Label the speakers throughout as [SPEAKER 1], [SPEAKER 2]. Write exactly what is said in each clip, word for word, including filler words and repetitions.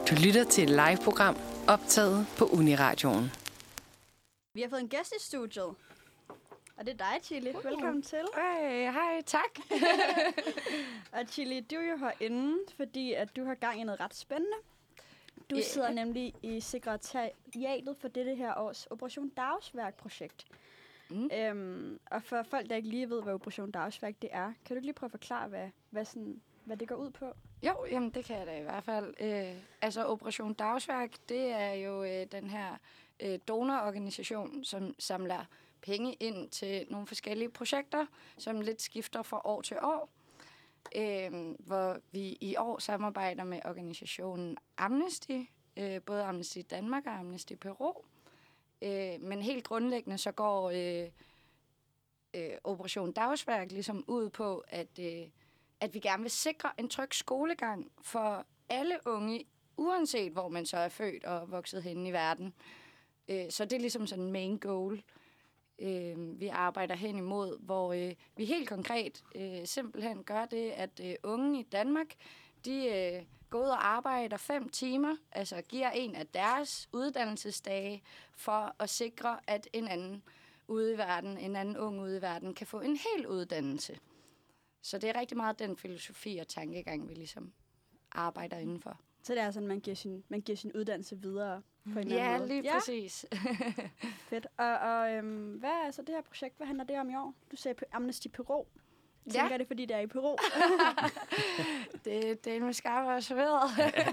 [SPEAKER 1] Du lytter til et live-program optaget på Uniradioen.
[SPEAKER 2] Vi har fået en gæst i studiet, og det er dig, Chili. Uh. Velkommen til.
[SPEAKER 3] Hej, hej, tak.
[SPEAKER 2] Og Chili, du er jo herinde, fordi at du har gang i noget ret spændende. Du yeah. sidder nemlig i sekretariatet for dette her års Operation Dagsværk-projekt. Mm. Øhm, og for folk, der ikke lige ved, hvad Operation Dagsværk det er, kan du lige prøve at forklare, hvad, hvad, sådan, hvad det går ud på?
[SPEAKER 3] Jo, jamen det kan jeg da i hvert fald. Øh, altså Operation Dagsværk, det er jo øh, den her øh, donororganisation, som samler penge ind til nogle forskellige projekter, som lidt skifter fra år til år. Øh, hvor vi i år samarbejder med organisationen Amnesty, øh, både Amnesty Danmark og Amnesty Peru. Øh, men helt grundlæggende så går øh, øh, Operation Dagsværk ligesom ud på, at, øh, at vi gerne vil sikre en tryg skolegang for alle unge, uanset hvor man så er født og vokset henne i verden. Øh, så det er ligesom sådan en main goal, øh, vi arbejder hen imod, hvor øh, vi helt konkret øh, simpelthen gør det, at øh, unge i Danmark, de øh, går ud og arbejder fem timer, altså giver en af deres uddannelsesdage for at sikre, at en anden ude i verden, en anden ung ude i verden, kan få en hel uddannelse. Så det er rigtig meget den filosofi og tankegang, vi ligesom arbejder indenfor.
[SPEAKER 2] Så det er sådan, man giver sin, man giver sin uddannelse videre på en
[SPEAKER 3] ja,
[SPEAKER 2] anden måde?
[SPEAKER 3] Lige ja, lige præcis.
[SPEAKER 2] Fedt. Og, og øhm, hvad er så det her projekt? Hvad handler det om i år? Du sagde Amnesty Peru. Jeg tænker,
[SPEAKER 3] ja.
[SPEAKER 2] det fordi det er i Peru.
[SPEAKER 3] det, det er en skarp og serveret.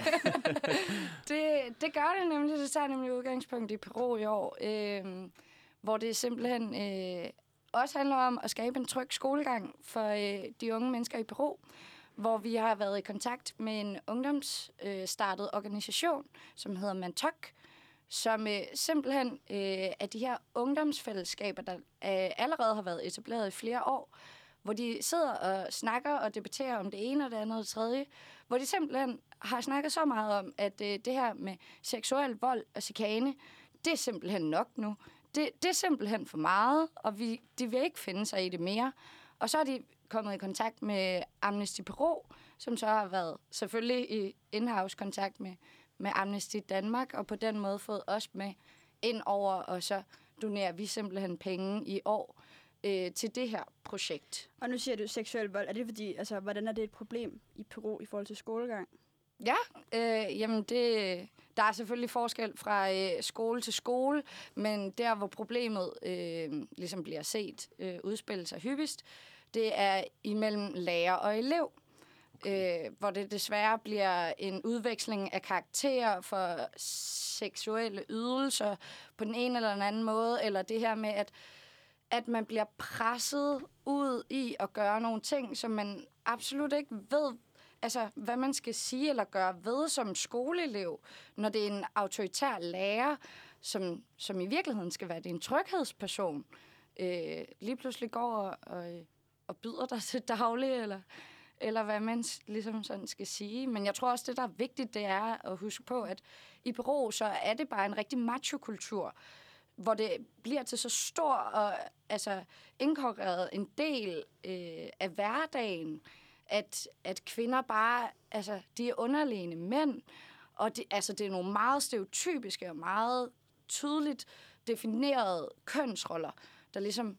[SPEAKER 3] det, det gør det nemlig. Det tager nemlig udgangspunkt i Peru i år, øh, hvor det simpelthen øh, også handler om at skabe en tryg skolegang for øh, de unge mennesker i Peru, hvor vi har været i kontakt med en ungdomsstartet øh, organisation, som hedder Mantok, som øh, simpelthen øh, er de her ungdomsfællesskaber, der øh, allerede har været etableret i flere år, hvor de sidder og snakker og debatterer om det ene og det andet og det tredje, hvor de simpelthen har snakket så meget om, at øh, det her med seksuel vold og chikane, det er simpelthen nok nu. Det, det er simpelthen for meget, og vi, de vil ikke finde sig i det mere. Og så er de kommet i kontakt med Amnesty Peru, som så har været selvfølgelig i in-house kontakt med, med Amnesty Danmark, og på den måde fået os med ind over, og så donerer vi simpelthen penge i år øh, til det her projekt.
[SPEAKER 2] Og nu siger du seksuel vold. Er det fordi, altså, hvordan er det et problem i Peru i forhold til skolegang?
[SPEAKER 3] Ja, øh, jamen det, der er selvfølgelig forskel fra øh, skole til skole, men der, hvor problemet øh, ligesom bliver set øh, udspille sig hyppigst, det er imellem lærer og elev, okay. øh, hvor det desværre bliver en udveksling af karakterer for seksuelle ydelser på den ene eller den anden måde, eller det her med, at, at man bliver presset ud i at gøre nogle ting, som man absolut ikke ved, altså, hvad man skal sige eller gøre ved som skoleelev, når det er en autoritær lærer, som, som i virkeligheden skal være det en tryghedsperson, øh, lige pludselig går og, og, og byder dig til daglig, eller, eller hvad man ligesom sådan skal sige. Men jeg tror også, det der er vigtigt, det er at huske på, at i Peru, så er det bare en rigtig macho-kultur, hvor det bliver til så stor og altså, inkorporeret en del øh, af hverdagen, At, at kvinder bare, altså, de er underlegne mænd, og de, altså, det er nogle meget stereotypiske og meget tydeligt definerede kønsroller, der ligesom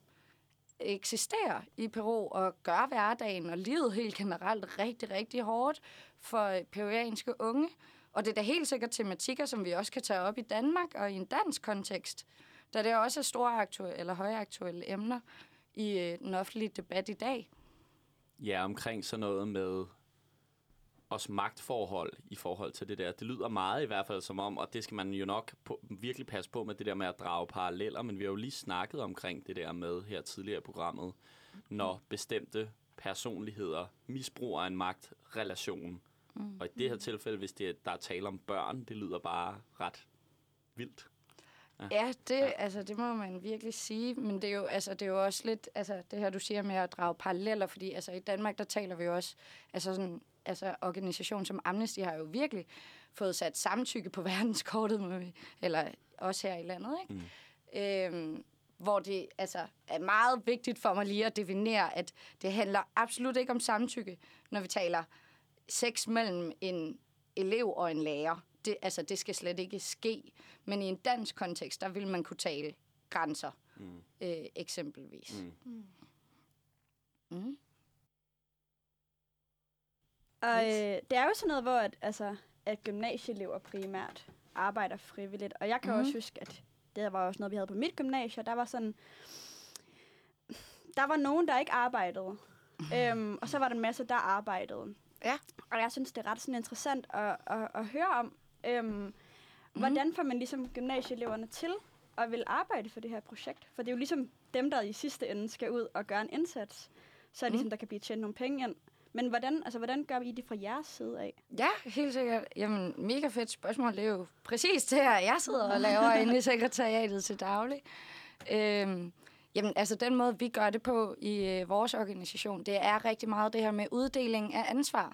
[SPEAKER 3] eksisterer i Peru og gør hverdagen og livet helt generelt rigtig, rigtig hårdt for peruanske unge. Og det er da helt sikkert tematikker, som vi også kan tage op i Danmark og i en dansk kontekst, da det også er store aktuelle eller højaktuelle emner i øh, den offentlige debat i dag.
[SPEAKER 4] Ja, omkring sådan noget med også magtforhold i forhold til det der. Det lyder meget i hvert fald som om, og det skal man jo nok på, virkelig passe på med det der med at drage paralleller, men vi har jo lige snakket omkring det der med her tidligere i programmet, når bestemte personligheder misbruger en magtrelation. Mm. Og i det her tilfælde, hvis det, der er tale om børn, det lyder bare ret vildt.
[SPEAKER 3] Ja, ja, det, ja. Altså, det må man virkelig sige, men det er jo, altså, det er jo også lidt, altså, det her, du siger med at drage paralleller, fordi altså, i Danmark, der taler vi jo også, altså sådan, altså, organisation som Amnesty har jo virkelig fået sat samtykke på verdenskortet, eller også her i landet, ikke? Mm. Øhm, hvor det altså, er meget vigtigt for mig lige at definere, at det handler absolut ikke om samtykke, når vi taler sex mellem en elev og en lærer. det, altså, det skal slet ikke ske. Men i en dansk kontekst, der vil man kunne tale grænser, mm. øh, eksempelvis. Mm. Mm.
[SPEAKER 2] Og øh, det er jo sådan noget, hvor at, altså, at gymnasieelever primært arbejder frivilligt. Og jeg kan mm. også huske, at det var også noget, vi havde på mit gymnasie. Der var sådan... Der var nogen, der ikke arbejdede. øhm, og så var der en masse, der arbejdede.
[SPEAKER 3] Ja.
[SPEAKER 2] Og jeg synes, det er ret sådan interessant at, at, at høre om. Øhm, mm. Hvordan får man ligesom gymnasieeleverne til at vil arbejde for det her projekt? For det er jo ligesom dem, der i sidste ende skal ud og gøre en indsats. Så er det mm. ligesom, der kan blive tjent nogle penge ind. Men hvordan, altså, hvordan gør I det fra jeres side af?
[SPEAKER 3] Ja, helt sikkert. Jamen, mega fedt spørgsmål. Det er jo præcis det her, jeg sidder og laver inde i sekretariatet til daglig. Øhm, jamen, altså den måde, vi gør det på i øh, vores organisation, det er rigtig meget det her med uddeling af ansvar.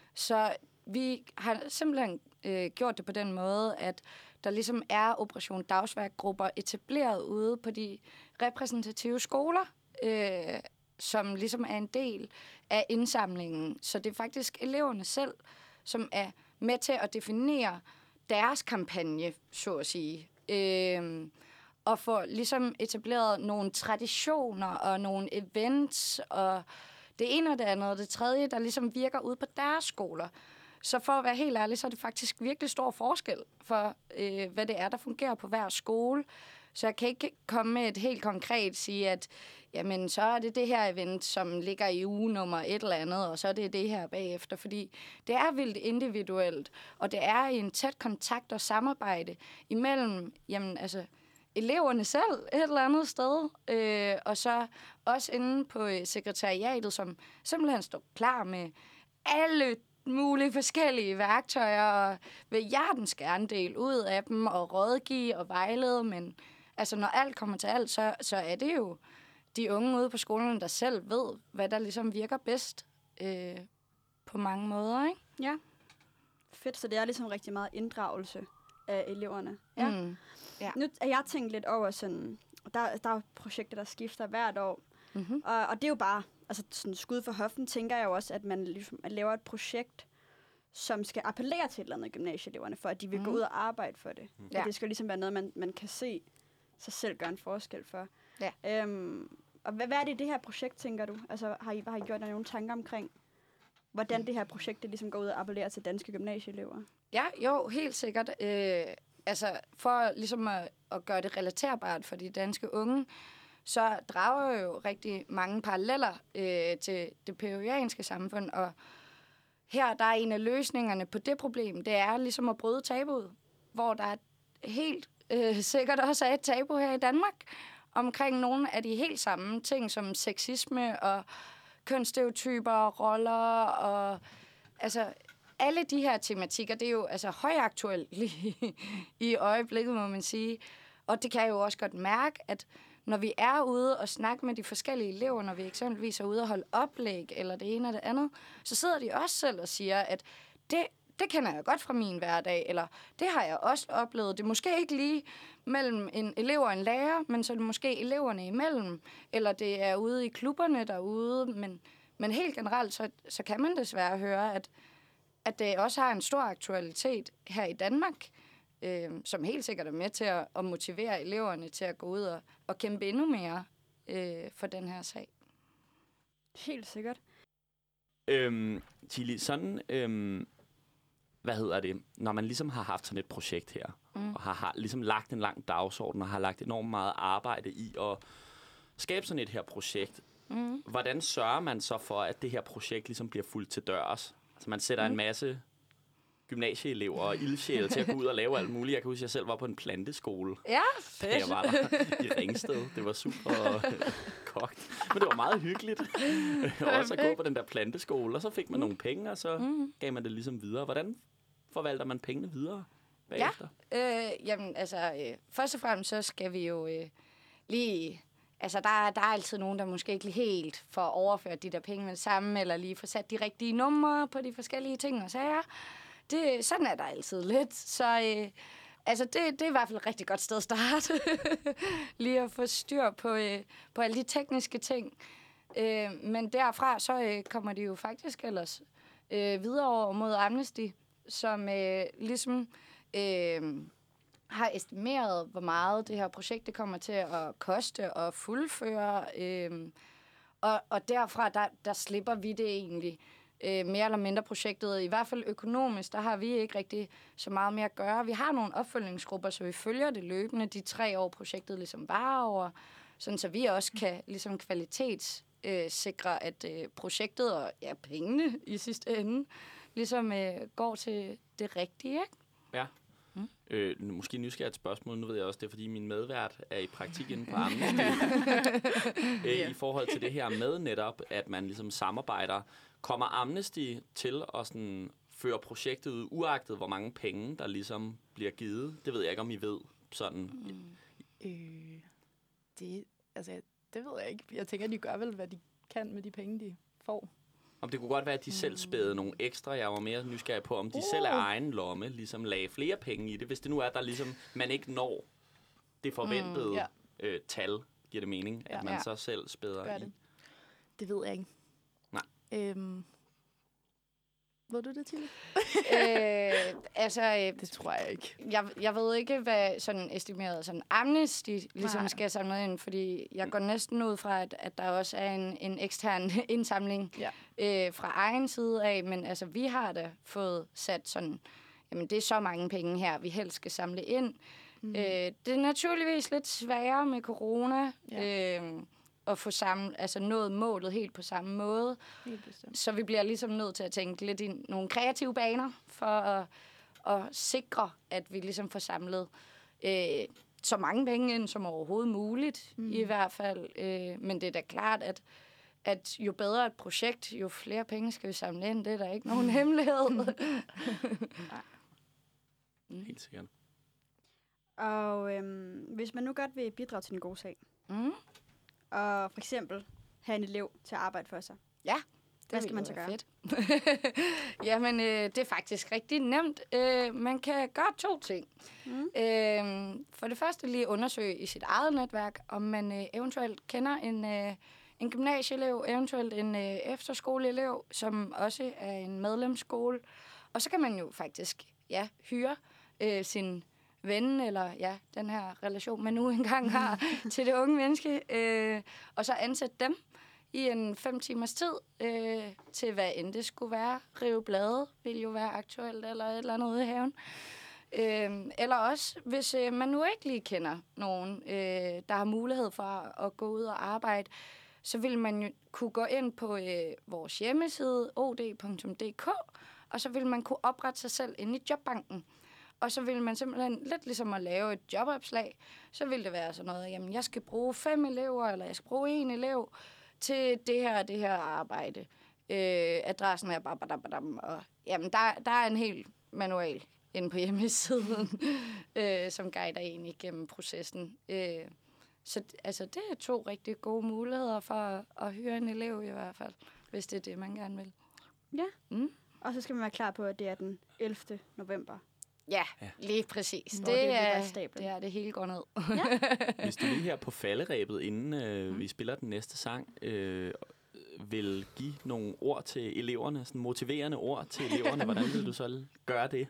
[SPEAKER 3] Så vi har simpelthen øh, gjort det på den måde, at der ligesom er Operation Dagsværkgrupper etableret ude på de repræsentative skoler, øh, som ligesom er en del af indsamlingen. Så det er faktisk eleverne selv, som er med til at definere deres kampagne, så at sige. Øh, og få ligesom etableret nogle traditioner og nogle events, og det ene og det andet og det tredje, der ligesom virker ude på deres skoler. Så for at være helt ærlig, så er det faktisk virkelig stor forskel for, øh, hvad det er, der fungerer på hver skole. Så jeg kan ikke komme med et helt konkret sige, at jamen, så er det det her event, som ligger i uge nummer et eller andet, og så er det det her bagefter. Fordi det er vildt individuelt, og det er i en tæt kontakt og samarbejde imellem jamen, altså, eleverne selv et eller andet sted, øh, og så også inde på øh, sekretariatet, som simpelthen står klar med alle mulige forskellige værktøjer, og vil hjertens gerne dele ud af dem, og rådgive og vejlede, men altså, når alt kommer til alt, så, så er det jo de unge ude på skolerne, der selv ved, hvad der ligesom virker bedst øh, på mange måder, ikke?
[SPEAKER 2] Ja. Fedt, så det er ligesom rigtig meget inddragelse af eleverne. Ja.
[SPEAKER 3] Mm. Ja.
[SPEAKER 2] Nu er jeg tænkt lidt over sådan, der, der er projekter, der skifter hvert år, mm-hmm. og, og det er jo bare, altså sådan skud for hoften, tænker jeg jo også, at man ligesom at laver et projekt, som skal appellere til et eller andet gymnasieeleverne, for at de vil mm. gå ud og arbejde for det. Mm. Ja. Det skal ligesom være noget, man, man kan se sig selv gøre en forskel for.
[SPEAKER 3] Ja.
[SPEAKER 2] Øhm, og hvad, hvad er det i det her projekt, tænker du? Altså, har I, har I gjort jer nogle tanker omkring, hvordan mm. det her projekt det ligesom går ud og appellerer til danske gymnasieelever?
[SPEAKER 3] Ja, jo, helt sikkert. Øh, altså, for ligesom at, at gøre det relaterbart for de danske unge, så drager jo rigtig mange paralleller øh, til det peruvianske samfund, og her der er en af løsningerne på det problem, det er ligesom at bryde tabuet, hvor der er helt øh, sikkert også er et tabu her i Danmark, omkring nogle af de helt samme ting, som sexisme og kønsstereotyper, roller og altså alle de her tematikker, det er jo altså højaktuelt i, i øjeblikket, må man sige. Og det kan jeg jo også godt mærke, at når vi er ude og snakker med de forskellige elever, når vi eksempelvis er ude og holde oplæg eller det ene og det andet, så sidder de også selv og siger, at det, det kender jeg godt fra min hverdag, eller det har jeg også oplevet. Det er måske ikke lige mellem en elev og en lærer, men så er det måske eleverne imellem, eller det er ude i klubberne derude, men, men helt generelt, så, så kan man desværre høre, at, at det også har en stor aktualitet her i Danmark, øh, som helt sikkert er med til at, at motivere eleverne til at gå ud og, og kæmpe endnu mere øh, for den her sag.
[SPEAKER 2] Helt sikkert.
[SPEAKER 4] Øhm, Chili, sådan, øhm, hvad hedder det, når man ligesom har haft sådan et projekt her, mm. og har, har ligesom lagt en lang dagsorden, og har lagt enormt meget arbejde i at skabe sådan et her projekt, mm. hvordan sørger man så for, at det her projekt ligesom bliver fuldt til dørs? Altså man sætter mm. en masse gymnasieelever og ildsjæle til at gå ud og lave alt muligt. Jeg kan huske, at jeg selv var på en planteskole.
[SPEAKER 3] Ja, fedt.
[SPEAKER 4] Da jeg var der i Ringsted. Det var super kogt. Men det var meget hyggeligt. Også at gå på den der planteskole. Og så fik man mm. nogle penge, og så mm. gav man det ligesom videre. Hvordan forvalter man pengene videre bagefter?
[SPEAKER 3] Ja, øh, jamen altså, øh, først og fremmest så skal vi jo øh, lige... Altså, der, der er altid nogen, der måske ikke helt får overført de der penge med det samme, eller lige får sat de rigtige numre på de forskellige ting og sager. Det, sådan er der altid lidt. Så øh, altså det, det er i hvert fald et rigtig godt sted at starte. Lige at få styr på, øh, på alle de tekniske ting. Øh, men derfra så øh, kommer de jo faktisk ellers øh, videre over mod Amnesty, som øh, ligesom øh, har estimeret, hvor meget det her projekt det kommer til at koste og fuldføre. Øh, og, og derfra, der, der slipper vi det egentlig øh, mere eller mindre projektet. I hvert fald økonomisk, der har vi ikke rigtig så meget mere at gøre. Vi har nogle opfølgningsgrupper, så vi følger det løbende, de tre år projektet ligesom varer over, sådan så vi også kan ligesom kvalitets øh, sikre, at øh, projektet og ja, pengene i sidste ende ligesom øh, går til det rigtige, ikke?
[SPEAKER 4] Ja. Mm. Øh, måske nysgerrig et spørgsmål. Nu ved jeg også, det er fordi min medvært er i praktik inde på Amnesty. øh, I forhold til det her med netop, at man ligesom samarbejder. Kommer Amnesty til at sådan føre projektet ud, uagtet hvor mange penge, der ligesom bliver givet? Det ved jeg ikke, om I ved. Sådan.
[SPEAKER 5] Mm. Øh, det, altså, det ved jeg ikke. Jeg tænker, de gør vel, hvad de kan med de penge, de får.
[SPEAKER 4] Om det kunne godt være, at de selv spædede nogle ekstra. Jeg var mere nysgerrig på, om de uh. selv af egen lomme ligesom lagde flere penge i det. Hvis det nu er, der ligesom man ikke når det forventede mm, ja. øh, tal, giver det mening, ja. At man ja. Så selv spæder
[SPEAKER 5] det.
[SPEAKER 4] i.
[SPEAKER 5] Det ved jeg ikke.
[SPEAKER 4] Nej.
[SPEAKER 5] Øhm. Ved du det, Tilly?
[SPEAKER 3] øh, altså, øh,
[SPEAKER 5] det tror jeg ikke.
[SPEAKER 3] Jeg, jeg ved ikke, hvad sådan estimeret sådan Amnesty ligesom Nej. Skal samle ind, fordi jeg går næsten ud fra, at, at der også er en, en ekstern indsamling ja. øh, fra egen side af, men altså, vi har da fået sat sådan, jamen det er så mange penge her, vi helst skal samle ind. Mm. Øh, det er naturligvis lidt sværere med corona, ja. øh, at få sammen, altså nået målet helt på samme måde. Så vi bliver ligesom nødt til at tænke lidt i nogle kreative baner for at, at sikre, at vi ligesom får samlet øh, så mange penge ind som overhovedet muligt, mm. i hvert fald. Øh, men det er da klart, at, at jo bedre et projekt, jo flere penge skal vi samle ind. Det er der ikke nogen hemmelighed.
[SPEAKER 4] mm. Helt sikkert.
[SPEAKER 2] Og øhm, hvis man nu godt vil bidrage til en god sag, mm. og for eksempel have en elev til at arbejde for sig.
[SPEAKER 3] Ja, det
[SPEAKER 2] hvad skal man så gøre?
[SPEAKER 3] Fedt. Jamen, øh, det er faktisk rigtig nemt. Øh, man kan gøre to ting. Mm. Øh, for det første lige undersøge i sit eget netværk, om man øh, eventuelt kender en, øh, en gymnasieelev, eventuelt en øh, efterskoleelev, som også er en medlemsskole. Og så kan man jo faktisk ja, hyre øh, sin ven, eller ja, den her relation, man nu engang har til det unge menneske, øh, og så ansætte dem i en fem timers tid øh, til, hvad end det skulle være. Rive blade vil jo være aktuelt, eller et eller andet ude i haven. Øh, eller også, hvis øh, man nu ikke lige kender nogen, øh, der har mulighed for at, at gå ud og arbejde, så vil man jo kunne gå ind på øh, vores hjemmeside, o d punktum d k, og så vil man kunne oprette sig selv inde i Jobbanken. Og så vil man simpelthen, lidt ligesom at lave et jobopslag, så vil det være sådan noget, jamen jeg skal bruge fem elever, eller jeg skal bruge en elev til det her det her arbejde. Øh, adressen er bare, badam, og jamen der, der er en hel manual inde på hjemmesiden, øh, som guider en igennem processen. Øh, så altså, det er to rigtig gode muligheder for at, at hyre en elev i hvert fald, hvis det er det, man gerne vil.
[SPEAKER 2] Ja, mm. og så skal man være klar på, at det er den ellevte november.
[SPEAKER 3] Ja, ja, lige præcis.
[SPEAKER 2] Nå,
[SPEAKER 3] det,
[SPEAKER 2] det,
[SPEAKER 3] er,
[SPEAKER 2] det,
[SPEAKER 3] det er det hele går ned.
[SPEAKER 4] Ja. Hvis du lige her på falderæbet, inden øh, mm. vi spiller den næste sang, øh, vil give nogle ord til eleverne, sådan motiverende ord til eleverne, hvordan vil du så gøre det?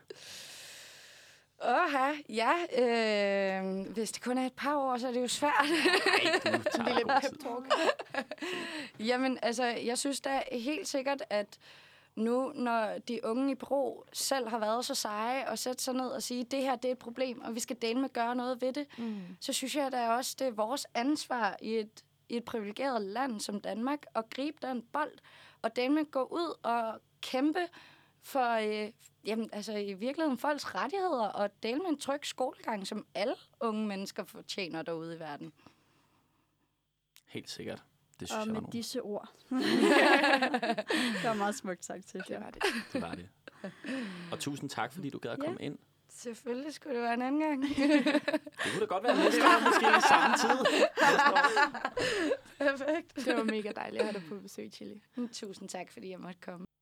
[SPEAKER 3] Åh, ja. Øh, hvis det kun er et par år, så er det jo svært.
[SPEAKER 4] Nej, du tager
[SPEAKER 5] en lille pep-talk.
[SPEAKER 3] Jamen, altså, jeg synes da helt sikkert, at nu, når de unge i Bro selv har været så seje og sætte sig ned og sige, det her det er et problem, og vi skal dele med gøre noget ved det, mm. så synes jeg da også, det er vores ansvar i et, i et privilegeret land som Danmark at gribe den bold og dele med gå ud og kæmpe for øh, jamen, altså, i virkeligheden folks rettigheder og dele med en tryg skolegang, som alle unge mennesker fortjener derude i verden.
[SPEAKER 4] Helt sikkert. Det synes
[SPEAKER 2] og
[SPEAKER 4] jeg
[SPEAKER 2] med
[SPEAKER 4] var
[SPEAKER 2] disse ord. Det var meget smukt sagt til.
[SPEAKER 3] Det var det.
[SPEAKER 4] Det var det. Og tusind tak, fordi du gad at komme ja. ind.
[SPEAKER 3] Selvfølgelig skulle det være en anden gang.
[SPEAKER 4] Det kunne da godt være næste år, måske i samme tid.
[SPEAKER 3] Perfekt.
[SPEAKER 5] Det var mega dejligt at have dig på besøg, Chili.
[SPEAKER 3] Tusind tak, fordi jeg måtte komme.